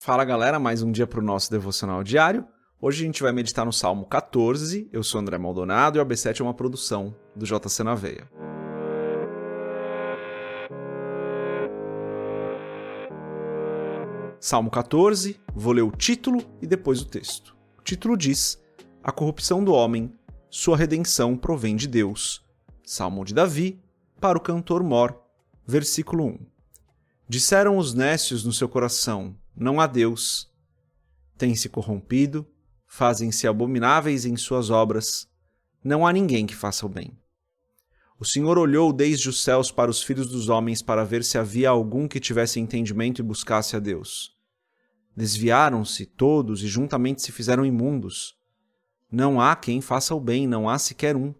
Fala galera, mais um dia para o nosso devocional diário. Hoje a gente vai meditar no Salmo 14, eu sou André Maldonado e o AB7 é uma produção do JC na Veia. Salmo 14, vou ler o título e depois o texto. O título diz: A corrupção do homem, sua redenção provém de Deus. Salmo de Davi, para o cantor Mor, versículo 1. Disseram os nécios no seu coração: não há Deus. Têm-se corrompido, fazem-se abomináveis em suas obras. Não há ninguém que faça o bem. O Senhor olhou desde os céus para os filhos dos homens para ver se havia algum que tivesse entendimento e buscasse a Deus. Desviaram-se todos e juntamente se fizeram imundos. Não há quem faça o bem, não há sequer um.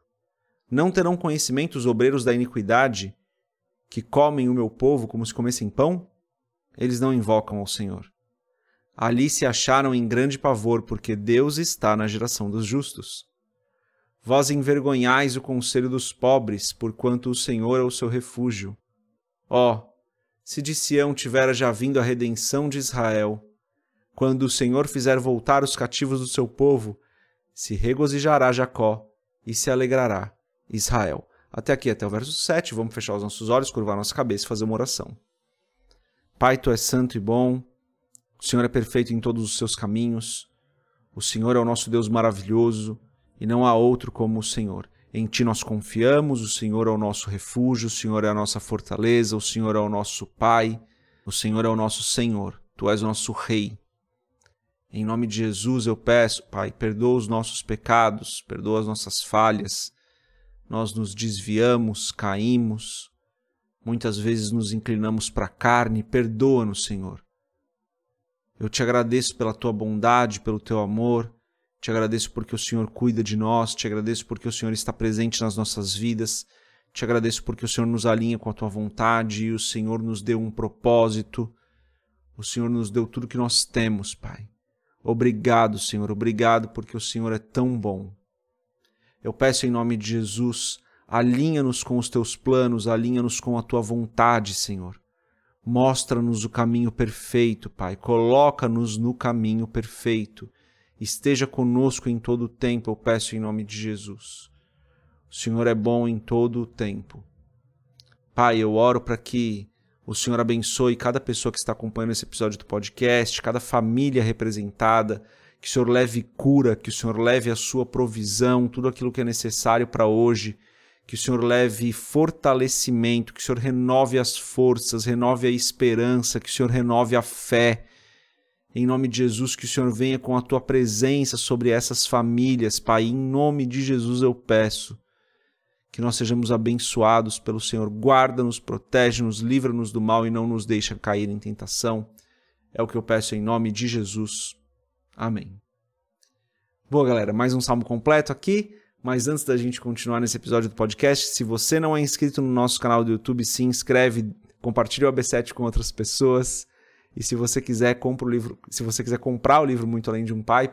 Não terão conhecimento os obreiros da iniquidade, que comem o meu povo como se comessem pão? Eles não invocam ao Senhor. Ali se acharam em grande pavor, porque Deus está na geração dos justos. Vós envergonhais o conselho dos pobres, porquanto o Senhor é o seu refúgio. Ó, se de Sião tivera já vindo a redenção de Israel, quando o Senhor fizer voltar os cativos do seu povo, se regozijará Jacó e se alegrará Israel. Até aqui, até o verso 7, vamos fechar os nossos olhos, curvar nossa cabeça e fazer uma oração. Pai, Tu és santo e bom, o Senhor é perfeito em todos os seus caminhos, o Senhor é o nosso Deus maravilhoso e não há outro como o Senhor. Em Ti nós confiamos, o Senhor é o nosso refúgio, o Senhor é a nossa fortaleza, o Senhor é o nosso Pai, o Senhor é o nosso Senhor, Tu és o nosso Rei. Em nome de Jesus eu peço, Pai, perdoa os nossos pecados, perdoa as nossas falhas. Nós nos desviamos, caímos, muitas vezes nos inclinamos para a carne, perdoa-nos, Senhor. Eu te agradeço pela Tua bondade, pelo Teu amor, te agradeço porque o Senhor cuida de nós, te agradeço porque o Senhor está presente nas nossas vidas, te agradeço porque o Senhor nos alinha com a Tua vontade e o Senhor nos deu um propósito, o Senhor nos deu tudo que nós temos, Pai. Obrigado, Senhor, obrigado porque o Senhor é tão bom. Eu peço em nome de Jesus, alinha-nos com os Teus planos, alinha-nos com a Tua vontade, Senhor. Mostra-nos o caminho perfeito, Pai. Coloca-nos no caminho perfeito. Esteja conosco em todo o tempo, eu peço em nome de Jesus. O Senhor é bom em todo o tempo. Pai, eu oro para que o Senhor abençoe cada pessoa que está acompanhando esse episódio do podcast, cada família representada, que o Senhor leve cura, que o Senhor leve a sua provisão, tudo aquilo que é necessário para hoje, que o Senhor leve fortalecimento, que o Senhor renove as forças, renove a esperança, que o Senhor renove a fé. Em nome de Jesus, que o Senhor venha com a Tua presença sobre essas famílias, Pai. Em nome de Jesus eu peço que nós sejamos abençoados pelo Senhor. Guarda-nos, protege-nos, livra-nos do mal e não nos deixa cair em tentação. É o que eu peço em nome de Jesus. Amém. Boa, galera, mais um salmo completo aqui, mas antes da gente continuar nesse episódio do podcast, se você não é inscrito no nosso canal do YouTube, se inscreve, compartilha o AB7 com outras pessoas, e se você quiser, comprar o livro Muito Além de um Pai,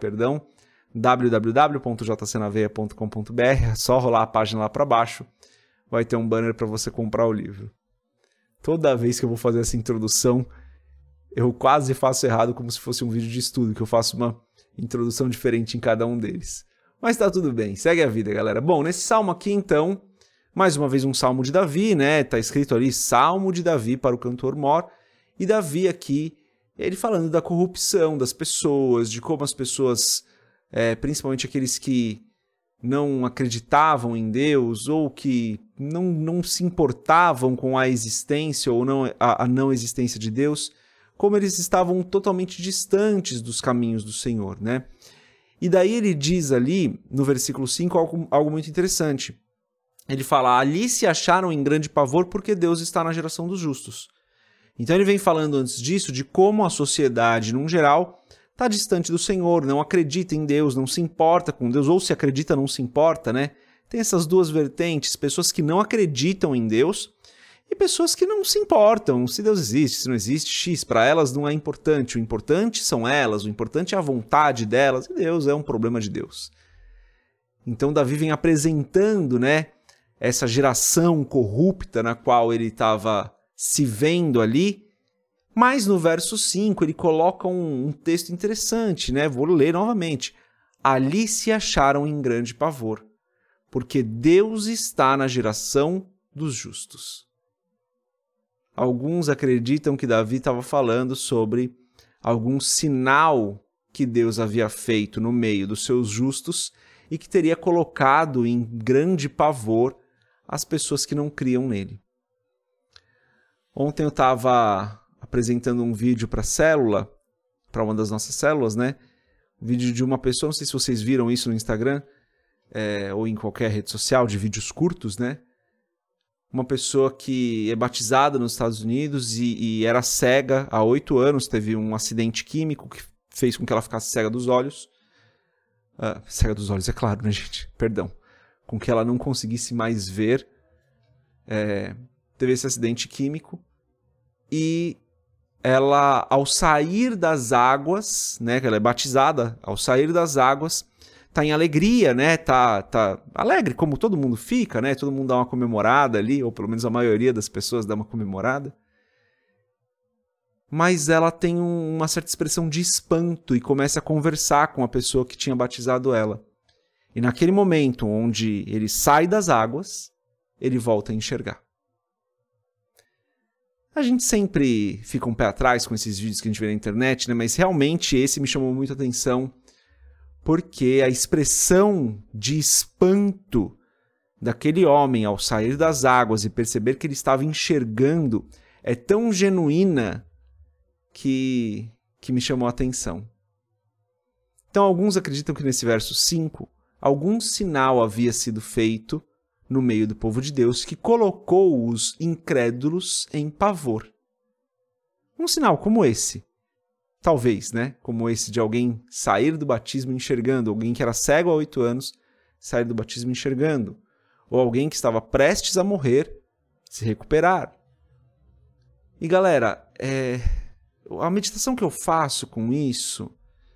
www.jcnaveia.com.br, é só rolar a página lá para baixo, vai ter um banner para você comprar o livro. Toda vez que eu vou fazer essa introdução, eu quase faço errado como se fosse um vídeo de estudo, que eu faço uma introdução diferente em cada um deles. Mas tá tudo bem, segue a vida, galera. Bom, nesse salmo aqui, então, mais uma vez um salmo de Davi, né? Tá escrito ali, Salmo de Davi para o cantor Mor. E Davi aqui, ele falando da corrupção das pessoas, de como as pessoas, principalmente aqueles que não acreditavam em Deus ou que não se importavam com a existência ou não, a não existência de Deus, como eles estavam totalmente distantes dos caminhos do Senhor, né? E daí ele diz ali, no versículo 5, algo muito interessante. Ele fala, ali se acharam em grande pavor porque Deus está na geração dos justos. Então ele vem falando antes disso de como a sociedade, num geral, está distante do Senhor, não acredita em Deus, não se importa com Deus, ou se acredita, não se importa, né? Tem essas duas vertentes, pessoas que não acreditam em Deus e pessoas que não se importam se Deus existe, se não existe, X, para elas não é importante. O importante são elas, o importante é a vontade delas, e Deus é um problema de Deus. Então Davi vem apresentando, né, essa geração corrupta na qual ele estava se vendo ali, Mas no verso 5 ele coloca um texto interessante, né? Vou ler novamente. Ali se acharam em grande pavor, porque Deus está na geração dos justos. Alguns acreditam que Davi estava falando sobre algum sinal que Deus havia feito no meio dos seus justos e que teria colocado em grande pavor as pessoas que não criam nele. Ontem eu estava apresentando um vídeo para a célula, para uma das nossas células, né? Um vídeo de uma pessoa, não sei se vocês viram isso no Instagram, ou em qualquer rede social de vídeos curtos, né? Uma pessoa que é batizada nos Estados Unidos e era cega há 8 anos, teve um acidente químico que fez com que ela ficasse cega dos olhos. Cega dos olhos, é claro, né, gente? Perdão. Com que ela não conseguisse mais ver. Teve esse acidente químico. E ela, ao sair das águas, né, que ela é batizada, ao sair das águas, tá em alegria, né, tá alegre, como todo mundo fica, né, todo mundo dá uma comemorada ali, ou pelo menos a maioria das pessoas dá uma comemorada. Mas ela tem uma certa expressão de espanto e começa a conversar com a pessoa que tinha batizado ela. E naquele momento onde ele sai das águas, ele volta a enxergar. A gente sempre fica um pé atrás com esses vídeos que a gente vê na internet, né? Mas realmente esse me chamou muita atenção, porque a expressão de espanto daquele homem ao sair das águas e perceber que ele estava enxergando é tão genuína que me chamou a atenção. Então alguns acreditam que nesse verso 5, algum sinal havia sido feito no meio do povo de Deus que colocou os incrédulos em pavor. Um sinal como esse, talvez, né? Como esse de alguém sair do batismo enxergando, alguém que era cego há 8 anos, sair do batismo enxergando, ou alguém que estava prestes a morrer, se recuperar. E galera, a meditação que eu faço com isso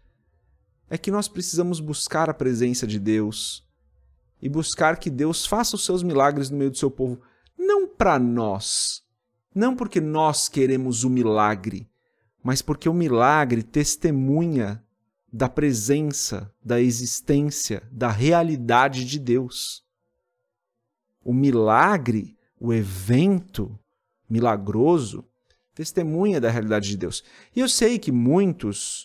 é que nós precisamos buscar a presença de Deus e buscar que Deus faça os seus milagres no meio do seu povo, não para nós, não porque nós queremos o milagre, mas porque o milagre testemunha da presença, da existência, da realidade de Deus. O milagre, o evento milagroso, testemunha da realidade de Deus. E eu sei que muitos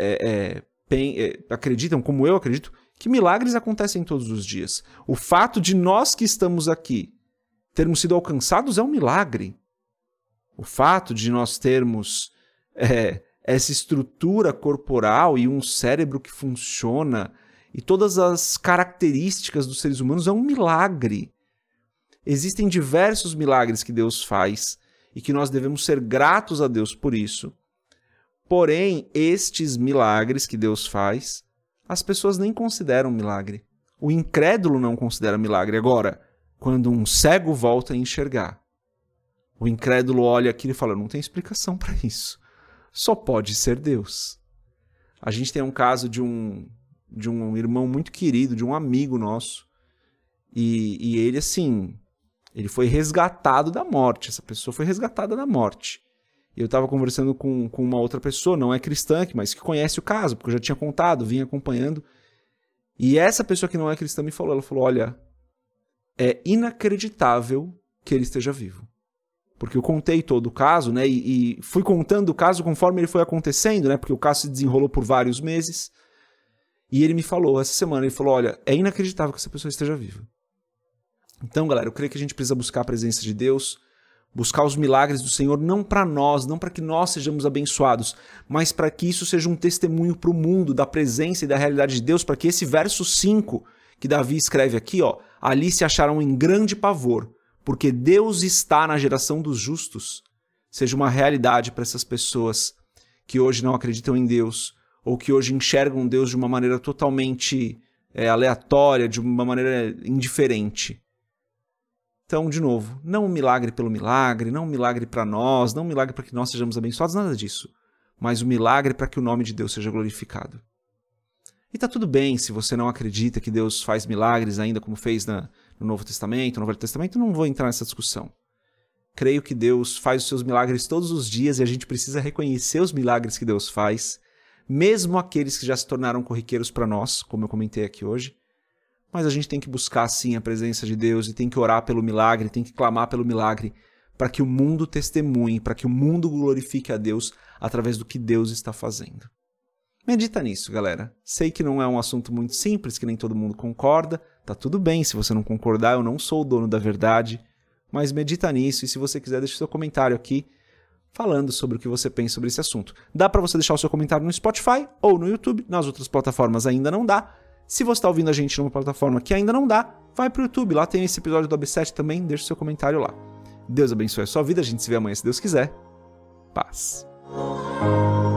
acreditam, como eu acredito, que milagres acontecem todos os dias. O fato de nós que estamos aqui termos sido alcançados é um milagre. O fato de nós termos essa estrutura corporal e um cérebro que funciona e todas as características dos seres humanos é um milagre. Existem diversos milagres que Deus faz e que nós devemos ser gratos a Deus por isso. Porém, estes milagres que Deus faz, as pessoas nem consideram milagre. O incrédulo não considera milagre. Agora, quando um cego volta a enxergar, o incrédulo olha aquilo e fala, não tem explicação para isso. Só pode ser Deus. A gente tem um caso de um irmão muito querido, de um amigo nosso, e ele, assim, ele foi resgatado da morte. Essa pessoa foi resgatada da morte. Eu estava conversando com uma outra pessoa, não é cristã, mas que conhece o caso, porque eu já tinha contado, vinha acompanhando. E essa pessoa que não é cristã me falou, ela falou, olha, é inacreditável que ele esteja vivo. Porque eu contei todo o caso, né, e fui contando o caso conforme ele foi acontecendo, né, porque o caso se desenrolou por vários meses. E ele me falou, essa semana, ele falou, olha, é inacreditável que essa pessoa esteja viva. Então, galera, eu creio que a gente precisa buscar a presença de Deus, buscar os milagres do Senhor, não para nós, não para que nós sejamos abençoados, mas para que isso seja um testemunho para o mundo da presença e da realidade de Deus, para que esse verso 5 que Davi escreve aqui, ali se acharam em grande pavor, porque Deus está na geração dos justos, seja uma realidade para essas pessoas que hoje não acreditam em Deus, ou que hoje enxergam Deus de uma maneira totalmente aleatória, de uma maneira indiferente. Então, de novo, não um milagre pelo milagre, não um milagre para nós, não um milagre para que nós sejamos abençoados, nada disso. Mas um milagre para que o nome de Deus seja glorificado. E tá tudo bem se você não acredita que Deus faz milagres ainda como fez no Novo Testamento, no Velho Testamento, não vou entrar nessa discussão. Creio que Deus faz os seus milagres todos os dias e a gente precisa reconhecer os milagres que Deus faz, mesmo aqueles que já se tornaram corriqueiros para nós, como eu comentei aqui hoje. Mas a gente tem que buscar, sim, a presença de Deus e tem que orar pelo milagre, tem que clamar pelo milagre, para que o mundo testemunhe, para que o mundo glorifique a Deus através do que Deus está fazendo. Medita nisso, galera. Sei que não é um assunto muito simples, que nem todo mundo concorda. Tá tudo bem se você não concordar, eu não sou o dono da verdade. Mas medita nisso e se você quiser, deixa seu comentário aqui falando sobre o que você pensa sobre esse assunto. Dá para você deixar o seu comentário no Spotify ou no YouTube. Nas outras plataformas ainda não dá. Se você está ouvindo a gente numa plataforma que ainda não dá, vai pro YouTube. Lá tem esse episódio do AB7 também. Deixa o seu comentário lá. Deus abençoe a sua vida. A gente se vê amanhã, se Deus quiser. Paz.